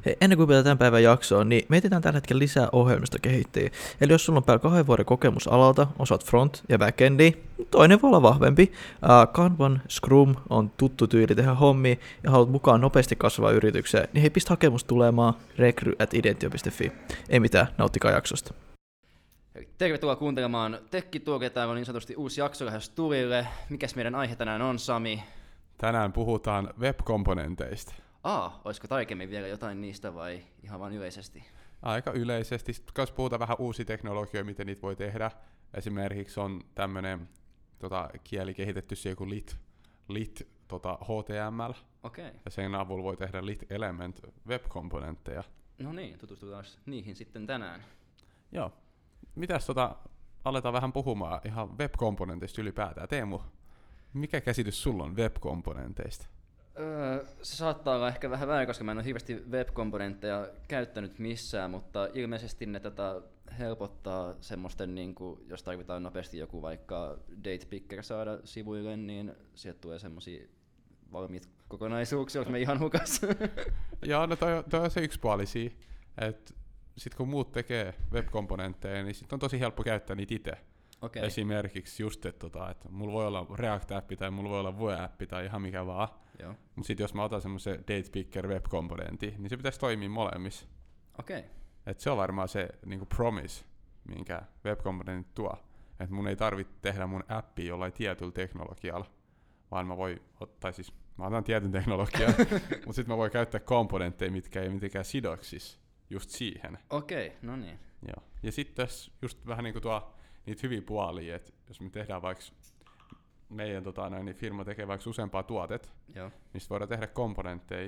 Hei, ennen kuin vielä tämän päivän jaksoon, niin mietitään tällä hetkellä lisää ohjelmistokehittäjiä. Eli jos sulla on päällä 2 vuoden kokemus alalta, osaat front- ja backendia, toinen voi olla vahvempi. Kanban, Scrum on tuttu tyyli tehdä hommia ja haluat mukaan nopeasti kasvavaa yritykseen, niin hei, pistä hakemus tulemaan rekry@identio.fi. Ei mitään, nauttikaa jaksosta. Tervetuloa kuuntelemaan Tekki-Tuoria. Täällä on niin sanotusti uusi jakso lähes tulille. Mikäs meidän aihe tänään on, Sami? Tänään puhutaan web-komponenteista. Olisiko tarkemmin vielä jotain niistä vai ihan vain yleisesti? Aika yleisesti. Sitten puhutaan vähän uusia teknologioita, miten niitä voi tehdä. Esimerkiksi on tämmöinen kieli kehitetty siihen kuin lit HTML. Okei. Ja sen avulla voi tehdä lit element web-komponentteja. No niin, tutustutaan niihin sitten tänään. Joo. Mitäs aletaan vähän puhumaan ihan web-komponenteista ylipäätään. Teemu, mikä käsitys sulla on web-komponenteista? Se saattaa olla ehkä vähän väärin, koska mä en ole hirveästi web-komponentteja käyttänyt missään, mutta ilmeisesti ne helpottaa semmoisten, niin kuin, jos tarvitaan nopeasti joku vaikka date picker saada sivuille, niin sieltä tulee semmosia valmiit kokonaisuuksia, jos me ihan hukas. Joo, no toi on se yksi puoli siinä, että sitten kun muut tekee web-komponentteja, niin sitten on tosi helppo käyttää niitä itse. Okay. Esimerkiksi just, että mulla voi olla React-appi tai mulla voi olla Vue-appi tai ihan mikä vaan. Mutta sitten jos mä otan semmoisen date picker web-komponentti, niin se pitäisi toimia molemmissa. Okay. Et se on varmaan se niinku promise, minkä web-komponentti tuo. Että mun ei tarvitse tehdä mun appia jollain tietyllä teknologialla, vaan mä otan tietyn teknologian, mutta sitten mä voin käyttää komponentteja, mitkä ei mitenkään sidoksissa just siihen. Okei, no niin. Joo. Ja sitten tässä just vähän niinku niitä hyviä puolia, että jos me tehdään vaikka meidän niin firma tekee vaikka useampaa tuotet, Joo. niin sitten voidaan tehdä komponentteja,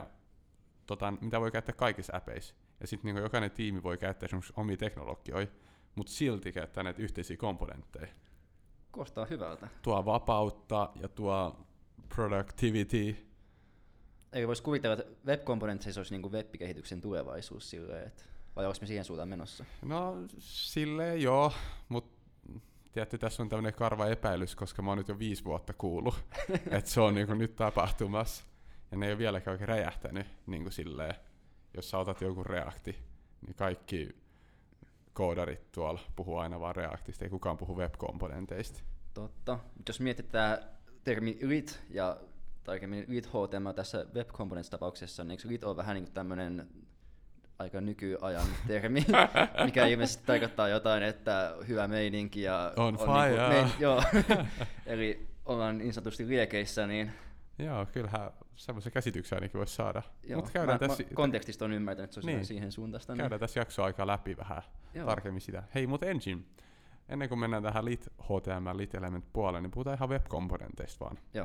mitä voi käyttää kaikissa appeissa. Ja sitten niinku jokainen tiimi voi käyttää esimerkiksi omia teknologioita, mutta silti käyttää näitä yhteisiä komponentteja. Kuulostaa hyvältä. Tuo vapautta ja tuo productivity. Eli voisi kuvitella, että web-komponentteissa olisi niinku web-kehityksen tulevaisuus silleen, että vai onko me siihen suuntaan menossa? No silleen joo, mutta tietty tässä on tämmöinen karva epäilys, koska mä oon nyt jo 5 vuotta kuullut, että se on niinku nyt tapahtumassa. Ja ne ei ole vieläkään oikein räjähtänyt niinku silleen, jos sä otat joku Reacti, niin kaikki koodarit tuolla puhuu aina vaan Reactista, ei kukaan puhu web-komponenteista. Totta. Jos mietitään termi lit ja tarkemmin lit HTML tässä web components tapauksessa, niin eikö lit ole vähän niin kuin tämmöinen aika nykyajan termi, mikä ilmeisesti tarkoittaa jotain, että hyvä meininki ja on fire. Joo. Eli ollaan niin sanotusti liekeissä, niin joo, kyllähän semmoisen käsityksen ainakin voisi saada. Joo, kontekstista on ymmärtänyt, että se on niin siihen suuntaista. Käydään tässä jaksoaikaa läpi vähän tarkemmin sitä. Hei, mutta ensin, ennen kuin mennään tähän lit HTML, lit element puoleen, niin puhutaan ihan web-komponenteista vaan. Joo.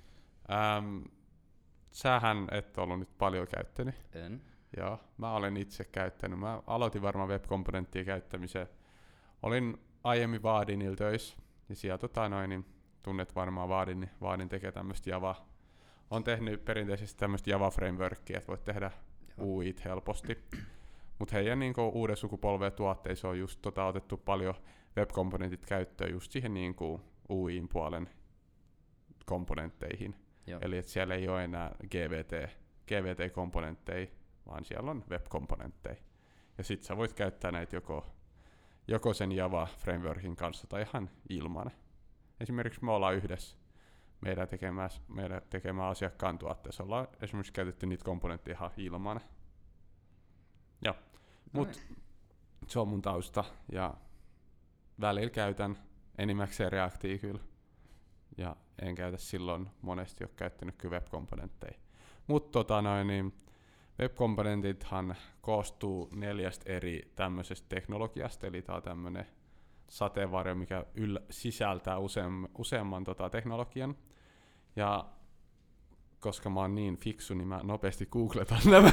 Sähän et ollut nyt paljon käyttänyt. En. Joo, mä olen itse käyttänyt. Mä aloitin varmaan web-komponenttien käyttämisen. Olin aiemmin Vaadinilla töissä, ja siellä niin tunnet varmaan Vaadin tekee tämmöistä Java. On tehnyt perinteisesti tämmöistä Java-frameworkia, että voit tehdä UIt helposti. Mutta heidän niin uuden sukupolven tuotteissa on just otettu paljon web-komponentit käyttöön just siihen niin UIin puolen komponentteihin. Joo. Eli että siellä ei ole enää GVT-komponentteja, vaan siellä on web-komponentteja. Ja sit sä voit käyttää näitä joko sen Java-frameworkin kanssa tai ihan ilman. Esimerkiksi me ollaan yhdessä meidän tekemään asiakkaan tuotteessa. Ollaan esimerkiksi käytetty niitä komponentteja ihan ilman. Joo, mutta se on mun tausta ja välillä käytän enimmäkseen Reactia kyllä. Ja en käytä silloin monesti ole käyttänyt kyllä web-komponentteja. Mutta web-komponentithan koostuu 4 eri tämmöisestä teknologiasta, eli tää on tämmönen sateenvarjo, mikä sisältää useamman teknologian. Ja koska mä oon niin fiksu, niin mä nopeasti googletan nämä.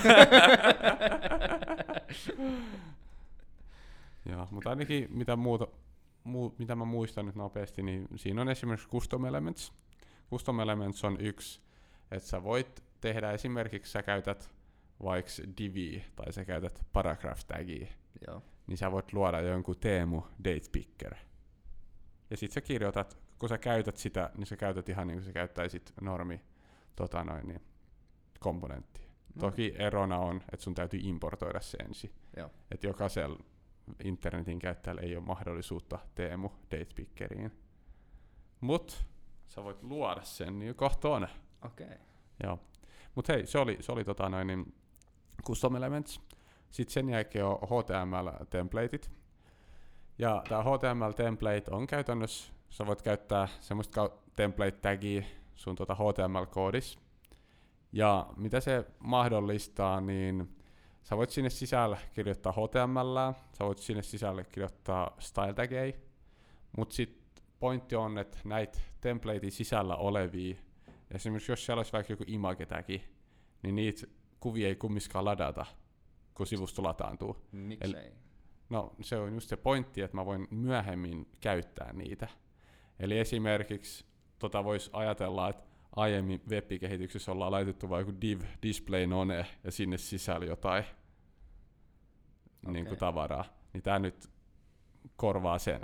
Joo, mutta ainakin mitä mä muistan nyt nopeasti, niin siinä on esimerkiksi Custom Elements. Custom Elements on yksi, että sä voit tehdä esimerkiksi, sä käytät vaikka diviä tai sä käytät paragraph tagia, niin sä voit luoda jonkun Teemu date picker. Ja sit sä kirjoitat, kun sä käytät sitä, niin sä käytät ihan niin kuin sä käyttäisit normi komponenttia. Toki erona on, että sun täytyy importoida se ensin. Joo. Että jokaisella internetin käyttäjällä ei ole mahdollisuutta Teemu Datepickeriin. Mut sä voit luoda sen, niin kohta on. Okei. Joo. Mut hei, se oli niin Custom Elements. Sitten sen jälkeen on HTML-templateit. Ja tää HTML-template on käytännössä, sä voit käyttää semmoista template-tagia sun HTML-koodissa. Ja mitä se mahdollistaa, niin sä voit sinne sisälle kirjoittaa HTML, sä voit sinne sisälle kirjoittaa style tageja, mutta sitten pointti on, että näitä templatein sisällä olevia, esimerkiksi jos siellä olisi vaikka joku image tagi, niin niitä kuvia ei kumminkaan ladata, kun sivusto lataantuu. Miksei? No se on just se pointti, että mä voin myöhemmin käyttää niitä. Eli esimerkiksi voisi ajatella, että aiemmin web-kehityksessä ollaan laitettu vain joku div display none ja sinne sisällä jotain niin kuin tavaraa. Niin tää nyt korvaa sen.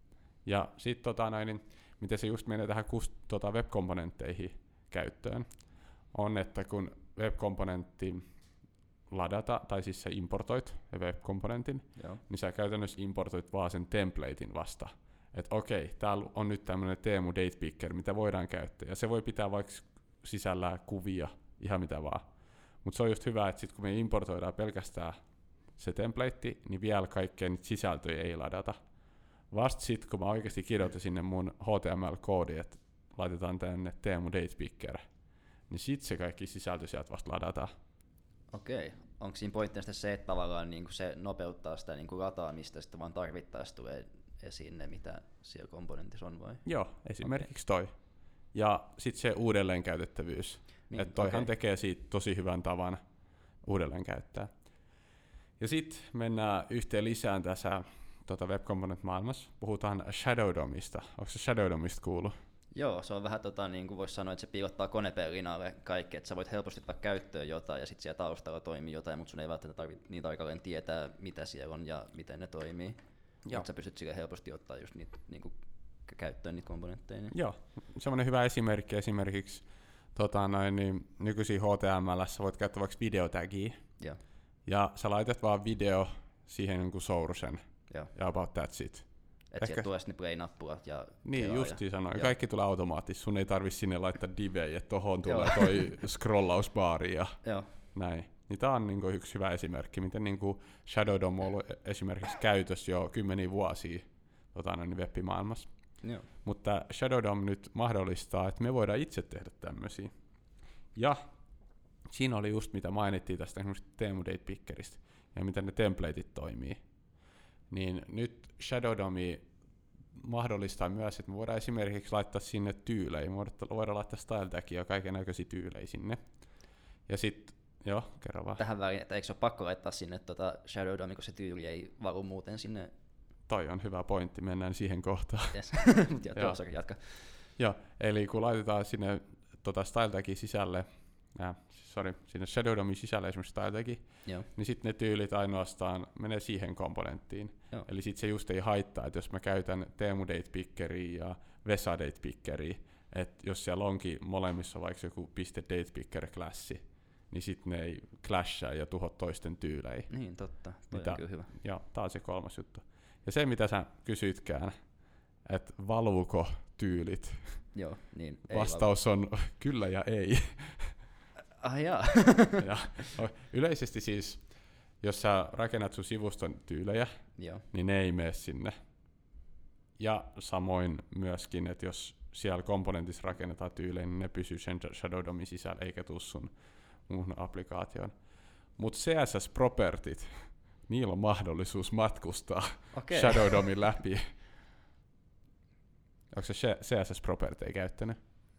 Ja sitten niin, miten se just menee tähän web-komponentteihin käyttöön, on, että kun web-komponentti ladata, tai siis sä importoit web-komponentin, niin sä käytännössä importoit vaan sen templatein vasta. Että okei, täällä on nyt tämmönen Teemu Datepicker, mitä voidaan käyttää. Ja se voi pitää vaikka sisällään kuvia, ihan mitä vaan. Mutta se on just hyvä, että sit kun me importoidaan pelkästään se template, niin vielä kaikkea niitä sisältöjä ei ladata. Vasta sitten, kun mä oikeasti kirjoitan sinne mun HTML-koodi, että laitetaan tänne Teemu Datepicker, niin sit se kaikki sisältö sieltä vasta ladataan. Okei. Onko siinä pointtina se, että tavallaan niin se nopeuttaa sitä niin lataamista, sitten vaan tarvittaessa tulee esiin ne, mitä siellä komponentissa on vai? Joo, esimerkiksi toi. Ja sitten se uudelleenkäytettävyys. Niin, että toihan tekee siitä tosi hyvän tavan uudelleen käyttää. Ja sitten mennään yhteen lisään tässä Web Component-maailmassa. Puhutaan Shadow DOMista. Onko se Shadow DOMista kuullut? Joo, se on vähän niin kuin voisi sanoa, että se piilottaa konepelinalle kaikki, että sä voit helposti ottaa käyttöön jotain ja sitten siellä taustalla toimii jotain, mutta sun ei välttämättä tarvitse niin tarkalleen tietää, mitä siellä on ja miten ne toimii. Mutta sä pystyt sille helposti ottaa just niitä niin käyttöön niitä komponentteja. Niin. Joo, semmoinen hyvä esimerkki esimerkiksi niin nykyisin HTML:ssä voit käyttää vaikka videotagia. Ja sä laitat vaan video siihen niin kuin sourusen. Ja about that's it. Että sieltä tulee ne play-nappulat ja niin, justiin sanoin. Kaikki tulee automaattisesti. Sun ei tarvi sinne laittaa divejä, että tohon tulee toi scrollausbaari ja näin. Niin tää on niinku yksi hyvä esimerkki, miten niinku Shadow DOM on ollut esimerkiksi käytössä jo 10 vuosia web-maailmassa. Mutta Shadow DOM nyt mahdollistaa, että me voidaan itse tehdä tämmöisiä. Ja siinä oli just mitä mainittiin tästä esimerkiksi Teemu Datepickeristä ja miten ne templateit toimii. Niin nyt Shadow DOM mahdollistaa myös, että me voidaan esimerkiksi laittaa sinne tyylejä. Me voidaan laittaa style tagia ja kaiken näköisiä tyylejä sinne. Ja sitten, kerro vaan. Tähän väliin, että eikö se ole pakko laittaa sinne Shadow DOM, kun se tyyli ei valu muuten sinne? Toi on hyvä pointti, mennään siihen kohtaan. Yes. Mutta jatka. Joo, eli kun laitetaan sinne style tagin sisälle, sinne Shadow DOMin sisälle esimerkiksi style tagi, niin sitten ne tyylit ainoastaan menee siihen komponenttiin. Eli sitten se just ei haittaa, että jos mä käytän Teemu Datepickeria ja Vesa Datepickeria, että jos siellä onkin molemmissa vaikka joku .datepicker-klassi, niin sitten ne ei clashaa ja tuho toisten tyylejä. Niin, totta. Toi on kyllä hyvä. Joo, tää on se kolmas juttu. Ja se, mitä sä kysytkään, että valuuko tyylit? Joo, niin. Vastaus on kyllä ja ei. Jaa. Yleisesti siis, jos sä rakennat sun sivuston tyylejä, niin ne ei mene sinne. Ja samoin myöskin, että jos siellä komponentissa rakennetaan tyylejä, niin ne pysyy sen Shadow DOMin sisällä, eikä tuu sun muuhun applikaatioon. Mutta CSS-propertit, niillä on mahdollisuus matkustaa Shadow DOMin läpi. Onko se CSS-properteja käyttänyt?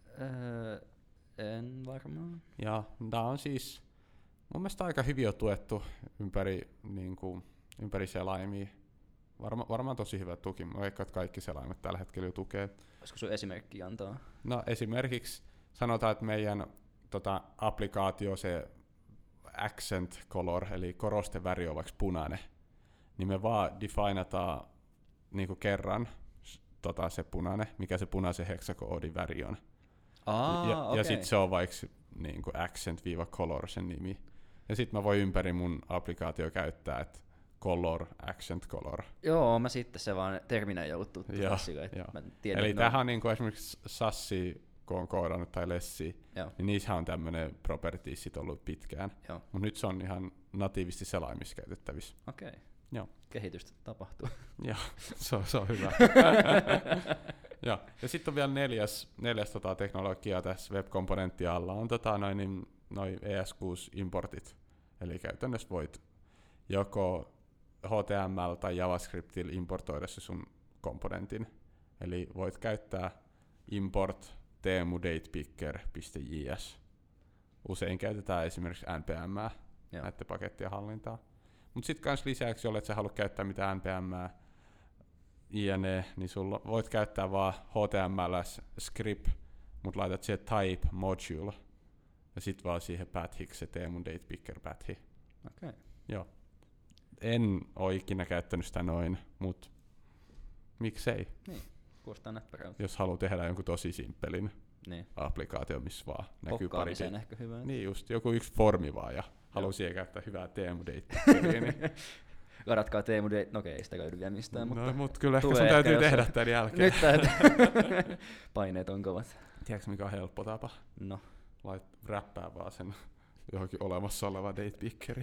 En varmaan. Ja tää on siis mun mielestä aika hyvin jo tuettu ympäri selaimia. Varmaan tosi hyvä tuki. Mä veikkaan, että kaikki selaimet tällä hetkellä jo tukee. Olisiko sun esimerkki antaa? No esimerkiksi sanotaan, että meidän applikaatio, se accent color, eli korosteväri on vaikka punainen, niin me vaan defineataan niinku kerran se punainen, mikä se punaisen hexakoodin väri on. Ja sitten se on vaikka niinku accent-color sen nimi. Ja sit mä voin ympäri mun applikaatio käyttää, että color, accent color. Joo, mä sitten se vaan terminä ei ollut tuttu sillä, että mä tiedän. Eli tämähän on niinku esimerkiksi Sassi, kun on koodannut, tai Lessi, niin niissähän on tämmönen properties ollut pitkään. Mutta nyt se on ihan natiivisti selaimissa käytettävissä. Okei. Joo. Kehitystä tapahtuu. Joo, se on hyvä. Ja sitten on vielä neljäs teknologia tässä web-komponentti alla, on noi ES6-importit. Eli käytännössä voit joko HTML tai JavaScriptilla importoida se sun komponentin. Eli voit käyttää import teemu.datepicker.js. Usein käytetään esimerkiksi npm näiden pakettien hallintaa. Mutta sitten kans lisäksi, jollet sä haluat käyttää mitään npm INE, niin sulla voit käyttää vaan HTML script, mutta laitat siihen type module ja sit vaan siihen pathiksi se teemun datepicker pathi. Okei. Joo. En oo ikinä käyttänyt sitä noin, mut miksei? Niin, kuulostaa näppärältä. Jos haluaa tehdä jonkun tosi simppelin applikaatio, missä vaan näkyy pari. Ehkä hyvä. Niin just, joku yksi formi vaan ja haluaa siihen käyttää hyvää teemu datepickeria. Niin ladatkaa Teemu no okei, ei sitä löydy vielä mistään, mutta kyllä ehkä sun täytyy tehdä tämän jälkeen. Nyt täytyy. Paineet on kovat. Tiedätkö mikä on helppo tapa? No. Räppää vaan sen johonkin olemassa oleva datepickeri.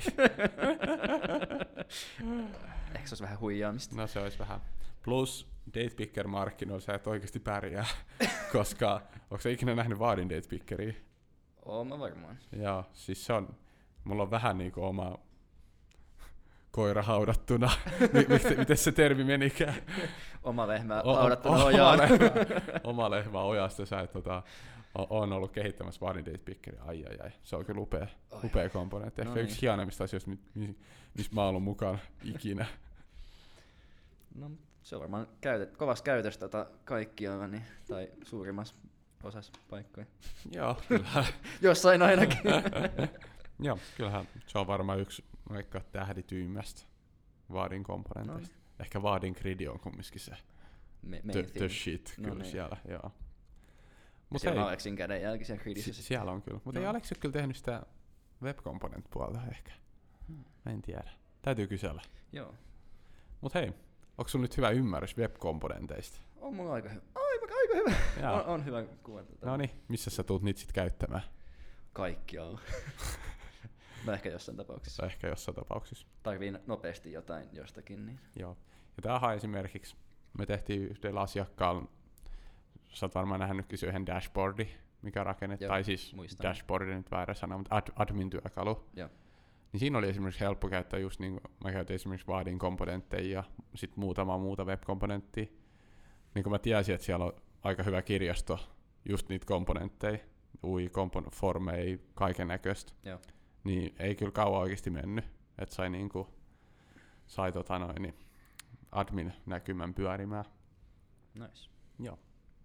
Ehkä se olisi vähän huijaamista. No se olisi vähän. Plus datepicker-markkinoilla sä et oikeasti pärjää, koska onko sä ikinä nähnyt Vaadin datepickeria? Oon mä varmaan. Joo, siis se on, mulla on vähän niinku oma koira haudattuna. Miten se termi menikään? Oma lehmä haudattuna ojaan. Oma lehmä ojasta. Sä et on ollut kehittämässä Vaadin datepickeria. Ai. Se on kyllä upea komponentti. Ehkä yksi hienoimmista asioista, missä mä oon ollut mukaan ikinä. No, se on varmaan kovassa käytössä kaikkialla, niin, tai suurimmassa osassa paikkoja. Joo, kyllähän. Jossain ainakin. Joo, kyllähän se on varmaan yksi vaikka tähdityimästä Vaadin komponenteista. No. Ehkä Vaadin Gridi on kumminkin se the shit kyllä siellä. Joo. Mut siellä on Aleksin kädenjälki siellä Gridissä. Siellä on kyllä, mutta ei Aleksi ole kyllä tehnyt sitä web-komponent-puolta ehkä. Mä en tiedä. Täytyy kysellä. Joo. Mut hei, onko sun nyt hyvä ymmärrys web-komponenteista? On mulla aika hyvä. Aika hyvä. On hyvä kuvata. Noniin, missä sä tulet niitä sit käyttämään? Kaikkialla. No ehkä jossain tapauksessa. Tarviin nopeasti jotain jostakin. Niin. Joo. Ja tämähän esimerkiksi, me tehtiin yhdellä asiakkaalla, sä oot varmaan nähnytkin yhden dashboardi, mikä rakennettiin, tai siis dashboardi nyt väärä sana, mutta admin-työkalu. Joo. Niin siinä oli esimerkiksi helppo käyttää just niin kuin mä käytin esimerkiksi Vaadin komponentteja ja sitten muutama muuta web-komponenttia. Niin kuin mä tiesin, että siellä on aika hyvä kirjasto just niitä komponentteja, formeja, kaiken näköistä. Niin ei kyllä kauan oikeasti mennyt, että sai admin näkymän pyörimään. Nice. Joo.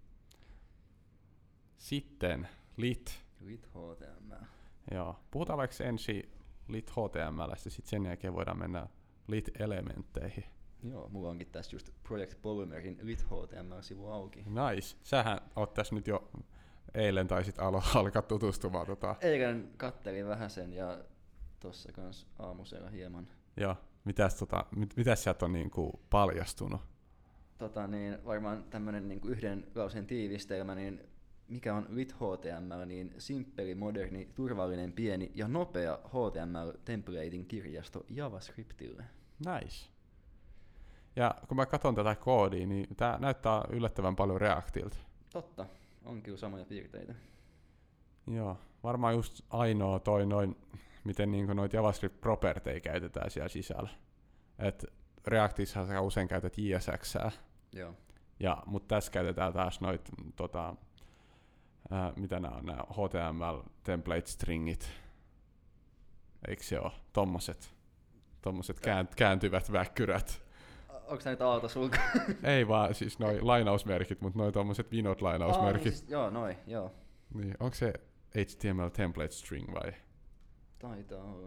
Sitten lit HTML. Joo. Puhutaan vaikka ensin lit HTML:stä, sitten sen jälkeen voidaan mennä lit elementteihin. Joo, mulla onkin tässä just Project Polymerin lit HTML-sivu auki. Nice. Sähän oot tässä nyt jo eilen taisit alkaa tutustumaan. Eilen kattelin vähän sen ja tossa kans aamusella hieman. Joo. Mitäs sieltä on niinku paljastunut? Varmaan tämmönen niinku yhden lauseen tiivistelmä, niin mikä on lit HTML, niin simppeli, moderni, turvallinen, pieni ja nopea HTML-templatein kirjasto JavaScriptille. Nice. Ja kun mä katson tätä koodia, niin tää näyttää yllättävän paljon Reactilta. Totta, on kyllä samoja piirteitä. Joo, varmaan just ainoa miten niinku noita JavaScript-properteja käytetään siellä sisällä. Et Reactissa sä usein käytät JSX:ää. Joo. Mutta tässä käytetään taas noita mitä nämä on, nämä HTML template stringit. Eikö se ole? Tommoset kääntyvät väkkyrät. Onko näitä autosulku? Ei vaan, siis noi lainausmerkit, mutta noi tommoset vinot lainausmerkit. Siis, joo. Niin, onko se HTML template string vai? Taitaa olla.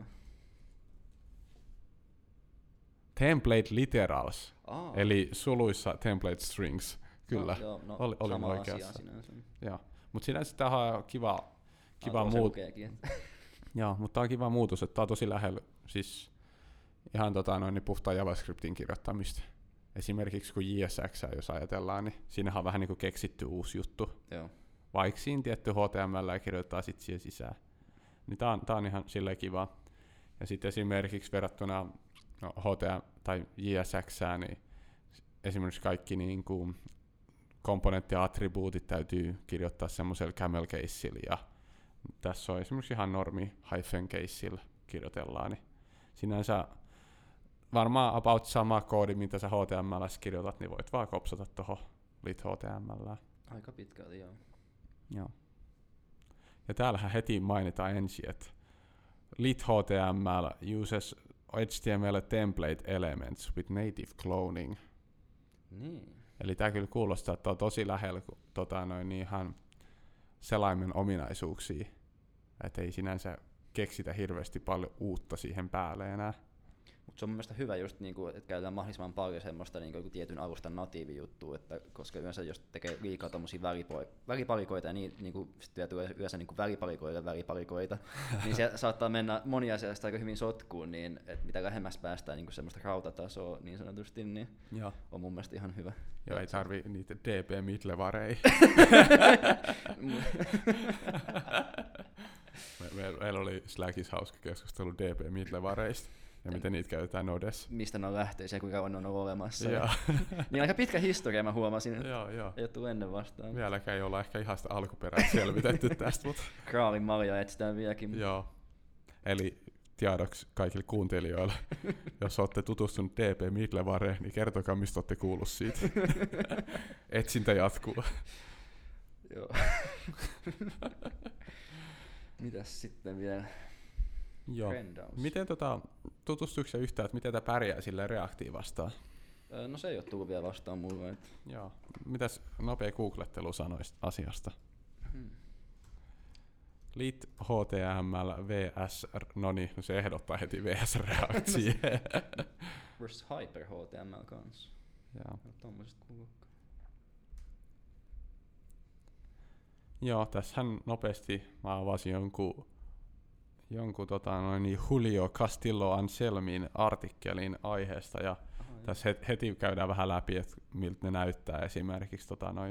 Template literals, eli suluissa template strings. Kyllä, oli oikeassa. Joo. Mutta sinänsä tähän on kiva muut. Joo, mutta tämä on kiva muutos, että tämä on tosi lähellä siis ihan niin puhtaan JavaScriptin kirjoittamista. Esimerkiksi kun JSX, jos ajatellaan, niin siinähän on vähän niin kuin keksitty uusi juttu. Joo. Vaikka siinä tietty HTML kirjoittaa sitten siihen sisään. Niin tämä on ihan silleen kiva. Ja sitten esimerkiksi verrattuna HTML tai JSXään, niin esimerkiksi kaikki niin kuin komponentti- ja attribuutit täytyy kirjoittaa semmoisella camel caseillä, ja tässä on esimerkiksi ihan normi hyphen caseillä kirjoitellaan, niin sinänsä varmaan about sama koodi, mitä sä HTML:ssä kirjoitat, niin voit vaan kopsata tuohon lit HTML:ään. Aika pitkälti, joo. Joo. Ja täällähän heti mainitaan ensin, että lit HTML uses HTML template elements with native cloning. Niin. Eli tämä kyllä kuulostaa, että on tosi lähellä ihan selaimen ominaisuuksia, että ei sinänsä keksitä hirveästi paljon uutta siihen päälle enää. Mutta se on mun mielestä hyvä just, niinku, että käytetään mahdollisimman paljon semmoista niinku, tietyn alustan natiivijuttua, että koska yleensä jos tekee liikaa tommosia välipalikoita ja niinku, sitten vielä tulee yleensä niinku välipalikoita, niin se saattaa mennä moni asiasta aika hyvin sotkuun, niin että mitä lähemmäs päästään niinku semmoista rautatasoa niin sanotusti, niin Joo. on mun mielestä ihan hyvä. Joo, ei tarvii niitä DP-midlevareja. Meillä oli Slackissa hauska keskustelu DP-midlevareista. Ja miten niitä käytetään Nodessa. Mistä ne on lähtöisiä, kuinka on ollut olemassa. Joo. Niin aika pitkä historia mä huomasin, että Joo. ei ole tullut ennen vastaan. Vieläkään ei olla ehkä ihan sitä alkuperää selvitetty tästä. Mutta Kraalin malja etsitään vieläkin. Joo. Eli tiedoksi kaikille kuuntelijoille, jos olette tutustunut DP Midlevareen, niin kertokaa, mistä olette kuullut siitä. Etsintä jatkuu. Joo. Mitäs sitten vielä? Joo. Miten tutustuiko se yhtään, että miten tämä pärjää silleen Reactiin vastaan? No se ei ole tullut vielä vastaan mulle. Joo. Mitäs nopea googlettelu sanoisi asiasta? Lit HTML vs. No se ehdottaa heti vs. React siihen. Versus Hyper HTML kanssa. Joo. Tommoset kuulokkaan. Joo, tässähän nopeasti mä avasin jonkun Julio Castillo Anselmin artikkelin aiheesta, ja tässä heti käydään vähän läpi, että miltä ne näyttää esimerkiksi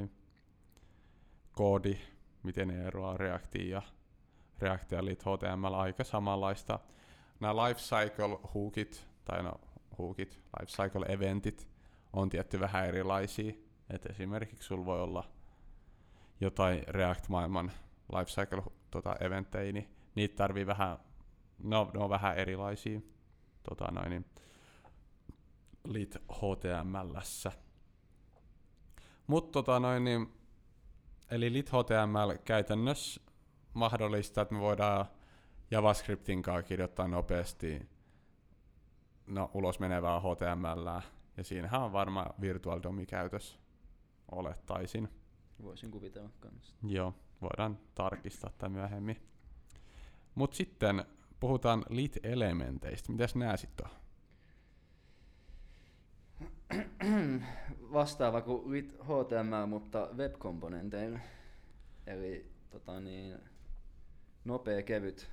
koodi, miten ne eroaa Reactiin ja React ja Lit HTML aika samanlaista. Nämä lifecycle hookit, lifecycle eventit on tietty vähän erilaisia, että esimerkiksi sulla voi olla jotain React-maailman lifecycle eventtejä, niin niitä tarvii vähän, ne on vähän erilaisia Lit HTML:ssä. Mutta eli Lit HTML käytännössä mahdollistaa, että me voidaan JavaScriptin kanssa kirjoittaa nopeasti ulos menevää HTML:ää, ja siinähän on varmaan Virtual DOM käytössä, olettaisin. Voisin kuvitella kanssa. Joo, voidaan tarkistaa tämä myöhemmin. Mutta sitten puhutaan lit-elementeistä. Mitäs nää sitten on? Vastaava kuin lit HTML, mutta web-komponenteilla. Eli nopea, kevyt.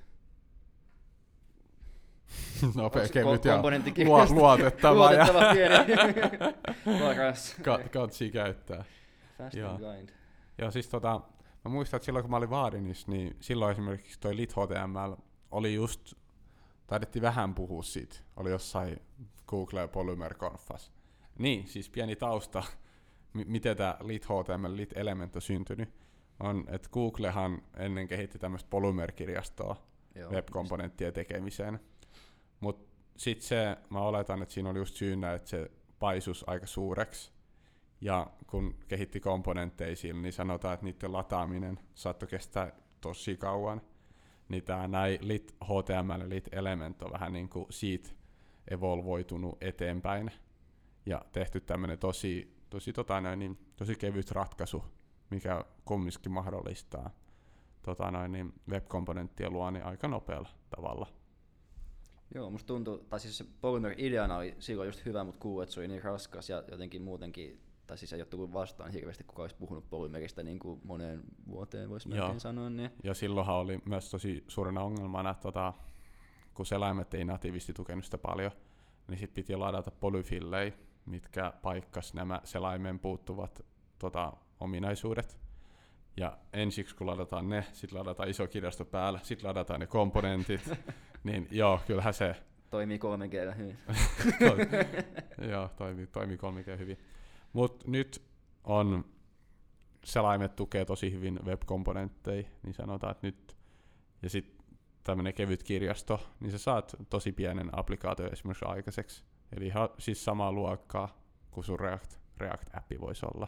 Nopea, kevyt ja luotettava pieni. Paras. Katsi käyttää. Fast and grind. Joo, siis mä muistan, että silloin kun mä olin Vaadinissa, niin silloin esimerkiksi toi lit HTML oli just, taidettiin vähän puhua siitä, oli jossain Google Polymer Confas. Niin, siis pieni tausta, miten tämä lit HTML, lit element on syntynyt, on, että Googlehan ennen kehitti tämmöistä Polymer-kirjastoa web-komponenttien tekemiseen. Mutta sitten mä oletan, että siinä oli just syynä, että se paisus aika suureksi. Ja kun kehitti komponentteja sillä, niin sanotaan, että niiden lataaminen saattoi kestää tosi kauan. Niin tämä lit HTML ja lit element on vähän niin kuin siitä evolvoitunut eteenpäin. Ja tehty tämmöinen tosi kevyt ratkaisu, mikä kumminkin mahdollistaa web-komponenttien luonnin aika nopealla tavalla. Joo, musta tuntuu, tai siis se Polymer-ideana oli silloin just hyvä, mutta kuuluu, että se oli niin raskas ja jotenkin muutenkin tai siis ei ole tullut vastaan hirveästi, kuka olisi puhunut Polymeristä niin kuin moneen vuoteen, voisi melkein sanoa. Niin. Ja silloinhan oli myös tosi suurena ongelmana, kun selaimet ei natiivisti tukenut sitä paljon, niin sitten piti ladata polyfillejä, mitkä paikkas nämä selaimen puuttuvat ominaisuudet. Ja ensiksi kun ladataan ne, sitten ladataan iso kirjasto päällä, sitten ladataan ne komponentit, niin joo, kyllähän se... Toimii 3G hyvin. Joo, toimii 3G hyvin. Mutta nyt on selaimet tukee tosi hyvin web-komponentteja, niin sanotaan, että nyt, ja sitten tämmöinen kevyt kirjasto, niin sä saat tosi pienen applikaatio esimerkiksi aikaiseksi. Eli ihan siis samaa luokkaa kuin sun React-appi voisi olla.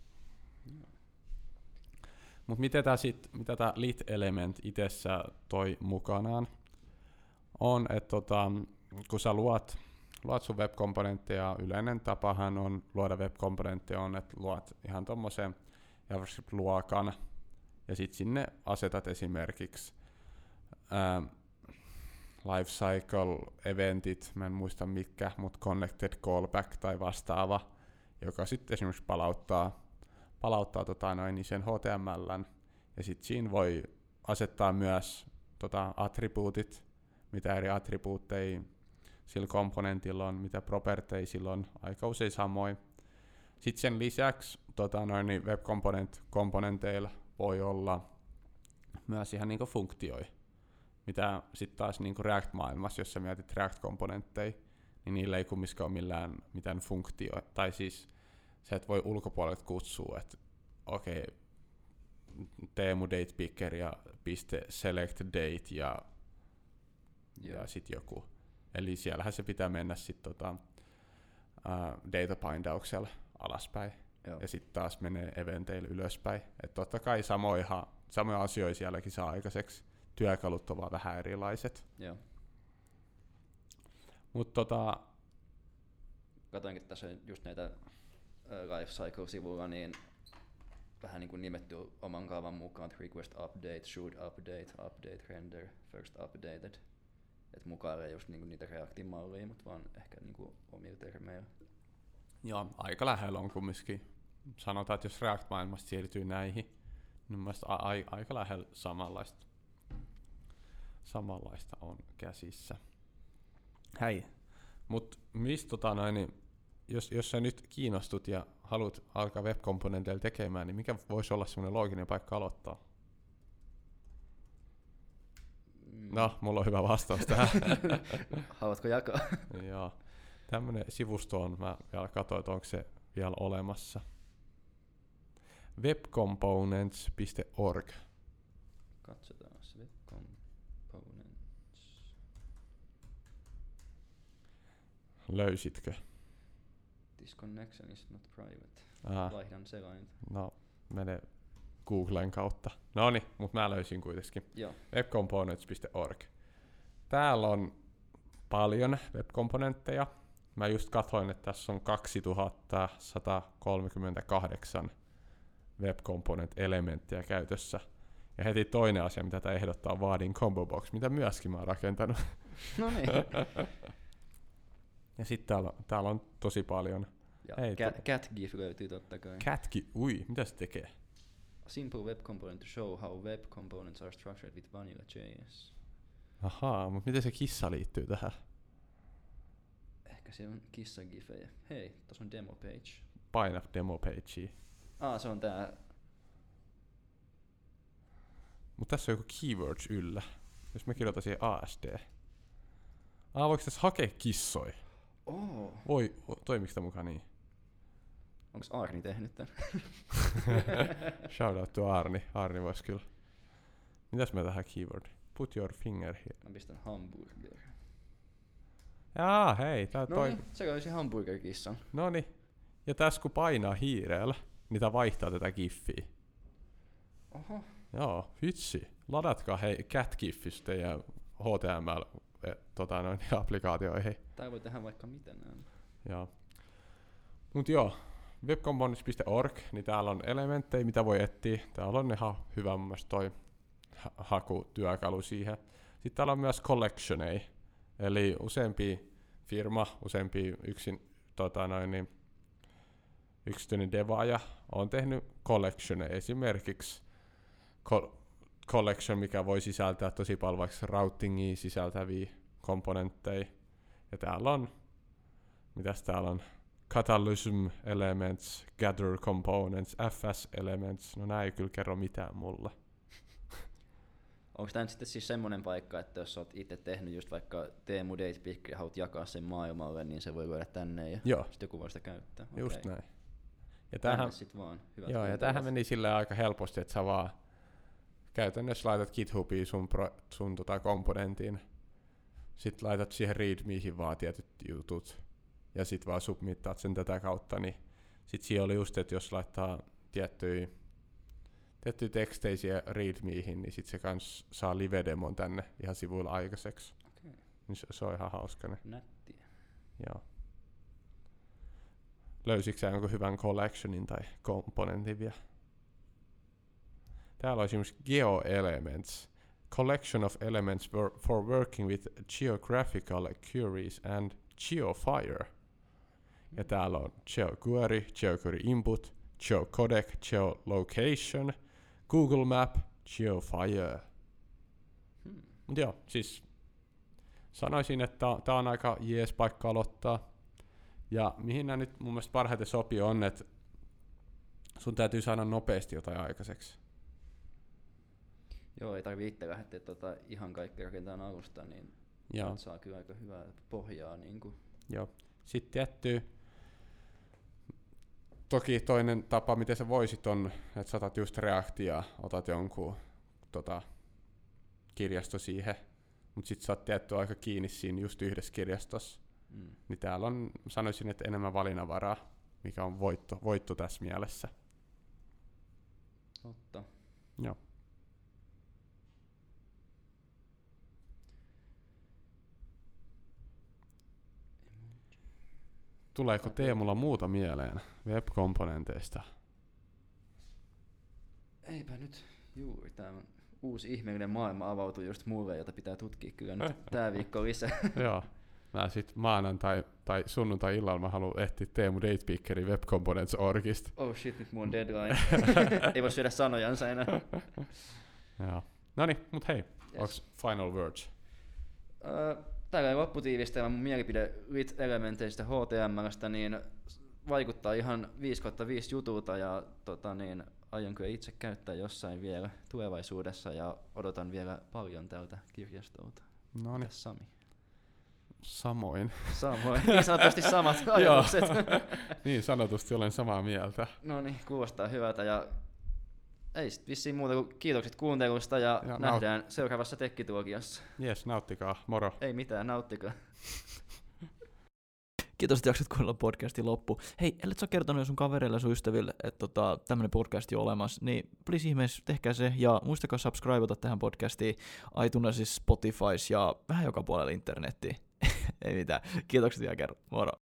Mutta mitä tämä Lit-element itsessä toi mukanaan, on, että kun sä luot sun web-komponentteja, yleinen tapahan on luoda web-komponentteja on, että luot ihan tommosen JavaScript-luokan, ja sitten sinne asetat esimerkiksi lifecycle-eventit, mä en muista mitkä, mutta connected callback tai vastaava, joka sitten esimerkiksi palauttaa sen HTML:n, ja sitten siinä voi asettaa myös attribuutit, mitä eri attribuutteja sillä komponentilla on, mitä properteja sillä on, aika usein samoin. Sitten sen lisäksi web-komponenteilla voi olla myös ihan niinku funktioita, mitä sitten taas niinku React-maailmassa, jos sä mietit React-komponentteja, niin niillä ei kumminkaan ole mitään funktioita, tai siis sä et voi ulkopuolelta kutsua, että okei, Teemu date picker ja .select date ja sitten joku. Eli siellähän se pitää mennä sitten databindauksella alaspäin. Joo. Ja sitten taas menee eventeillä ylöspäin. Että totta kai samoja asioita sielläkin saa aikaiseksi. Työkalut ovat vähän erilaiset. Joo. Mutta katoinkin tässä just näitä Lifecycle-sivuilla, niin vähän niin kuin nimetty oman kaavan mukaan, request update, should update, render, first updated. Että mukailee just niinku niitä Reactin mallia, mutta vaan ehkä niinku omilla termeillä. Joo, aika lähellä on kumminkin. Sanotaan, että jos React-maailmasta siirtyy näihin, niin mielestäni aika lähellä samanlaista on käsissä. Hei, mutta mistä jos sä nyt kiinnostut ja haluat alkaa web-komponenteilla tekemään, niin mikä voisi olla semmoinen looginen paikka aloittaa? No, mulla on hyvä vastaus tähän. Haluatko jakaa? Joo. Tämmönen sivusto on, mä vielä katsoin, että onko se vielä olemassa. webcomponents.org. Katsotaan se webcomponents. Löysitkö? This connection is not private. Vaihdan selainta. No, mene Googlen kautta. Noniin, mutta mä löysin kuitenkin. Joo. webcomponents.org. Täällä on paljon web-komponentteja. Mä just katsoin, että tässä on 2138 web-component-elementtiä käytössä. Ja heti toinen asia, mitä tämä ehdottaa, on Vaadin Combo Box, mitä myöskin mä oon rakentanut. No niin. Ja sitten täällä on tosi paljon. Ja CatGIF löytyy totta kai. Ui, mitä se tekee? A simple web component to show how web components are structured with Vanilla.js. Ahaa, mutta miten se kissa liittyy tähän? Ehkä se on kissa-gifejä. Hei, tossa on demo page. Paina demo pagea. Se on tää. Mutta tässä on joku keywords yllä. Jos mä kirjoitan siihen ASD. Voiko tässä hakea kissoja? Voi, toimiks tää mukaan niin? Onks Arni tehnyt tän? Shout out to Arni. Arni vois kyllä. Mitäs me tähän keyword? Put your finger here. Mä pistän hamburger. Hei. Se olisi hamburger-kissan. Noniin. Ja tässä kun painaa hiireellä, niin tää vaihtaa tätä giffiä. Oho. Joo, vitsi. Ladatkaa hei CatGIFistä ja HTML-applikaatioihin. Tää voi tehdä vaikka mitä näin. Joo. Mut joo, webcomponents.org, niin täällä on elementtejä, mitä voi etsiä. Täällä on ihan hyvä mun mielestä toi hakutyökalu siihen. Sitten täällä on myös collectioneja, eli useampi firma, useampi yksityinen devaaja on tehnyt collectioneja, esimerkiksi collection, mikä voi sisältää tosi paljon vaikka routingia sisältäviä komponentteja. Ja täällä on, mitäs täällä on? Catalysm Elements, Gather Components, FS Elements. No nää ei kyllä kerro mitään mulle. Onko tämä nyt sitten siis semmoinen paikka, että jos olet itse tehnyt just vaikka Teemu Datepicker ja haluat jakaa sen maailmalle, niin se voi lyödä tänne ja sitten joku voi sitä käyttää? Just näin. Ja tämähän sit vaan. Joo, ja tämähän meni silleen aika helposti, että sä vaan käytännössä laitat GitHubiin sun komponentin, sit laitat siihen readmeihin vaan tietyt jutut, ja sit vaan submittaat sen tätä kautta, niin sit siinä oli just, että jos laittaa tiettyjä teksteisiä readmeihin, niin sit se kans saa live-demon tänne ihan sivuilla aikaiseksi. Okay. Niin se on ihan hauska. Nättiä. Joo. Löysitkö sä jonkun hyvän collectionin tai komponentin vielä? Täällä on esimerkiksi GeoElements. Collection of elements for working with geographical queries and GeoFire. Ja täällä on GeoQuery, GeoQuery Input, GeoCodec, GeoLocation, Google Map, GeoFire. Mut joo, siis sanoisin, että tää on aika jees paikka aloittaa. Ja mihin nämä nyt mun mielestä parhaiten sopii on, että sun täytyy saada nopeasti jotain aikaiseksi. Joo, ei tarvitse itse lähteä ihan kaikkea rakentamaan alusta, niin saa kyllä aika hyvää pohjaa. Niin kuin. Joo. Sitten tietty, toki toinen tapa, miten sä voisit on, että sä otat just Reactia, otat jonkun kirjasto siihen, mutta sit sä oot tietty aika kiinni siinä just yhdessä kirjastossa. Niin täällä on, sanoisin, että enemmän valinnanvaraa, mikä on voitto tässä mielessä. Totta. Joo. Tuleeko Teemulla muuta mieleen web-komponenteista? Eipä nyt juuri. Tämä uusi ihmeellinen maailma avautui just mulle, jota pitää tutkia kyllä nyt tää viikko lisää. Joo. Mä sit maanantai tai sunnuntai-illalla mä haluan etsiä Teemu Datepickerin Web Components.orgista. Oh shit, nyt mun deadline. Ei voi syödä sanojansa enää. Joo. Noniin, mut hei, onks final words? Tällainen lopputiivistelmä mun mielipide lit-elementeistä HTMLstä, niin vaikuttaa ihan 5/5 jutulta ja aion kyllä itse käyttää jossain vielä tulevaisuudessa ja odotan vielä paljon tältä kirjastolta. Noniin. Sami? Samoin. Niin sanotusti samat ajatukset. Niin sanotusti olen samaa mieltä. No niin, kuulostaa hyvältä ja ei sit vissiin muuta kuin kiitokset kuuntelusta ja nähdään seuraavassa Tekkituokiossa. Jes, nauttikaa, moro. Ei mitään, nauttikaa. Kiitos, että jaksat kuunnella podcastin loppu. Hei, ellet sä kertonut jo sun kavereille ja sun ystäville, että tämmönen podcast on olemassa, niin please ihmeessä tehkää se ja muistakaa subscribeata tähän podcastiin iTunesissa, Spotifys ja vähän joka puolella internettiin. Ei mitään. Kiitokset vielä kerran. Moro.